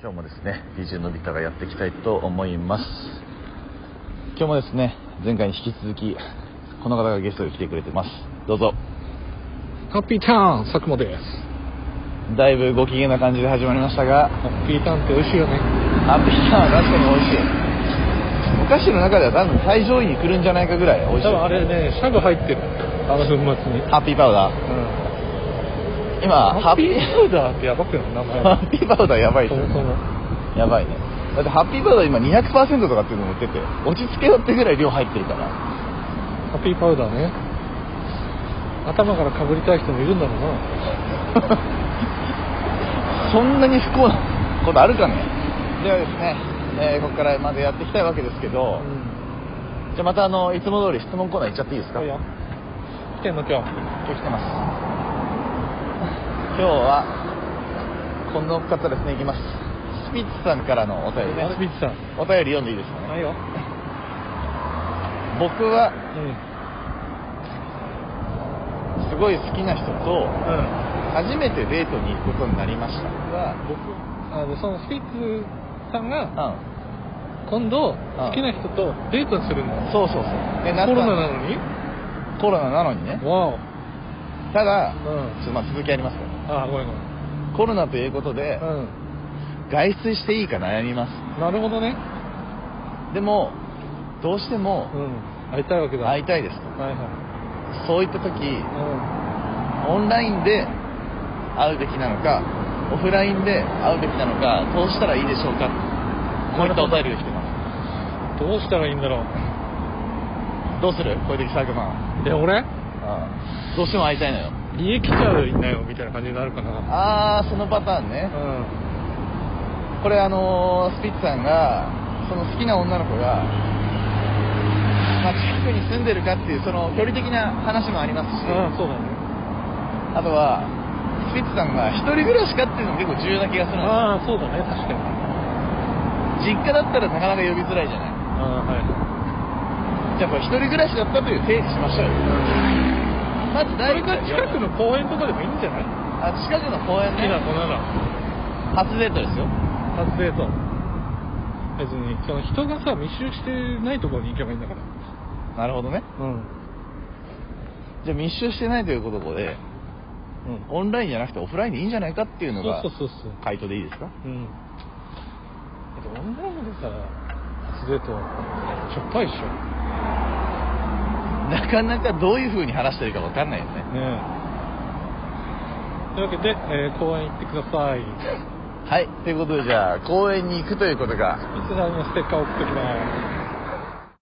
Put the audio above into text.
今日もですね DJ のび太がやっていきたいと思います。今日もですね前回に引き続きこの方がゲストで来てくれてます。どうぞ。 ハッピーターン佐久間です。 だいぶご機嫌な感じで始まりましたが、 ハッピーターンって美味しいよね。 ハッピーターンは確かに美味しい。お菓子の中では多分最上位に来るんじゃないかぐらい美味しい。 多分あれね、シャブ入ってる、あの粉末に。 ハッピーパウダー、今ハッピーパウダーってやばくない名前。 ハッピーパウダーやばいですよね。 そもやばいね。だってハッピーパウダー今 200% とかっていうのも売ってて、落ち着けよってぐらい量入ってるから。 ハッピーパウダーね。頭からかぶりたい人もいるんだろうな。 そんなに不幸なことあるかね。ではですね、ここからまずやっていきたいわけですけど、じゃあまたいつも通り質問コーナー行っちゃっていいですか。 いいよ。来てんの今日。 今日来てます。今日はこの方ですね、いきます。スピッツさんからのお便りね。 スピッツさん。 お便り読んでいいですかね。 はいよ。 僕はすごい好きな人と初めてデートに行くことになりましたが、 そのスピッツさんが今う度ん好きな人とデートするの。 そうそうそう。でコロナなのに。 コロナなのにね。 わお。 ただ、 うん。 まあ続きありますから。 あ、ごめんごめん。 コロナということで、外出していいか悩みます。 なるほどね。 でもどうしても会いたいわけだ。 会いたいです。 はいはい。 そういった時、オンラインで会うべきなのかオフラインで会うべきなのか、どうしたらいいでしょうか。こういったお便りが来てます。 どうしたらいいんだろう。 どうするこういう時佐久間。 俺どうしても会いたいのよ。 家来ちゃうなよみたいな感じになるかな。 そのパターンね。 うん。 これスピッツさんがその好きな女の子が、近くに住んでるかっていうその距離的な話もありますし、 そうだね。 あとはスピッツさんが一人暮らしかっていうのも結構重要な気がするんですよ。 そうだね、確かに。 実家だったらなかなか呼びづらいじゃない。 はい。 じゃあこれ一人暮らしだったという体にしましょうよ。まずそれから近くの公園とかでもいいんじゃない？ 近くの公園ね。 好きな子なら初デートですよ。 初デート。別にその人がさ密集してないところに行けばいいんだから。 なるほどね。じゃあ密集してないということで、オンラインじゃなくてオフラインでいいんじゃないかっていうのが回答でいいですか。 オンラインでさ初デートしょっぱいっしょ。 なかなかどういう風に話してるか分かんないよね。 というわけで、公園行ってください。 はい、ということでじゃあ公園に行くということが、 いつらにもステッカー送ってきます。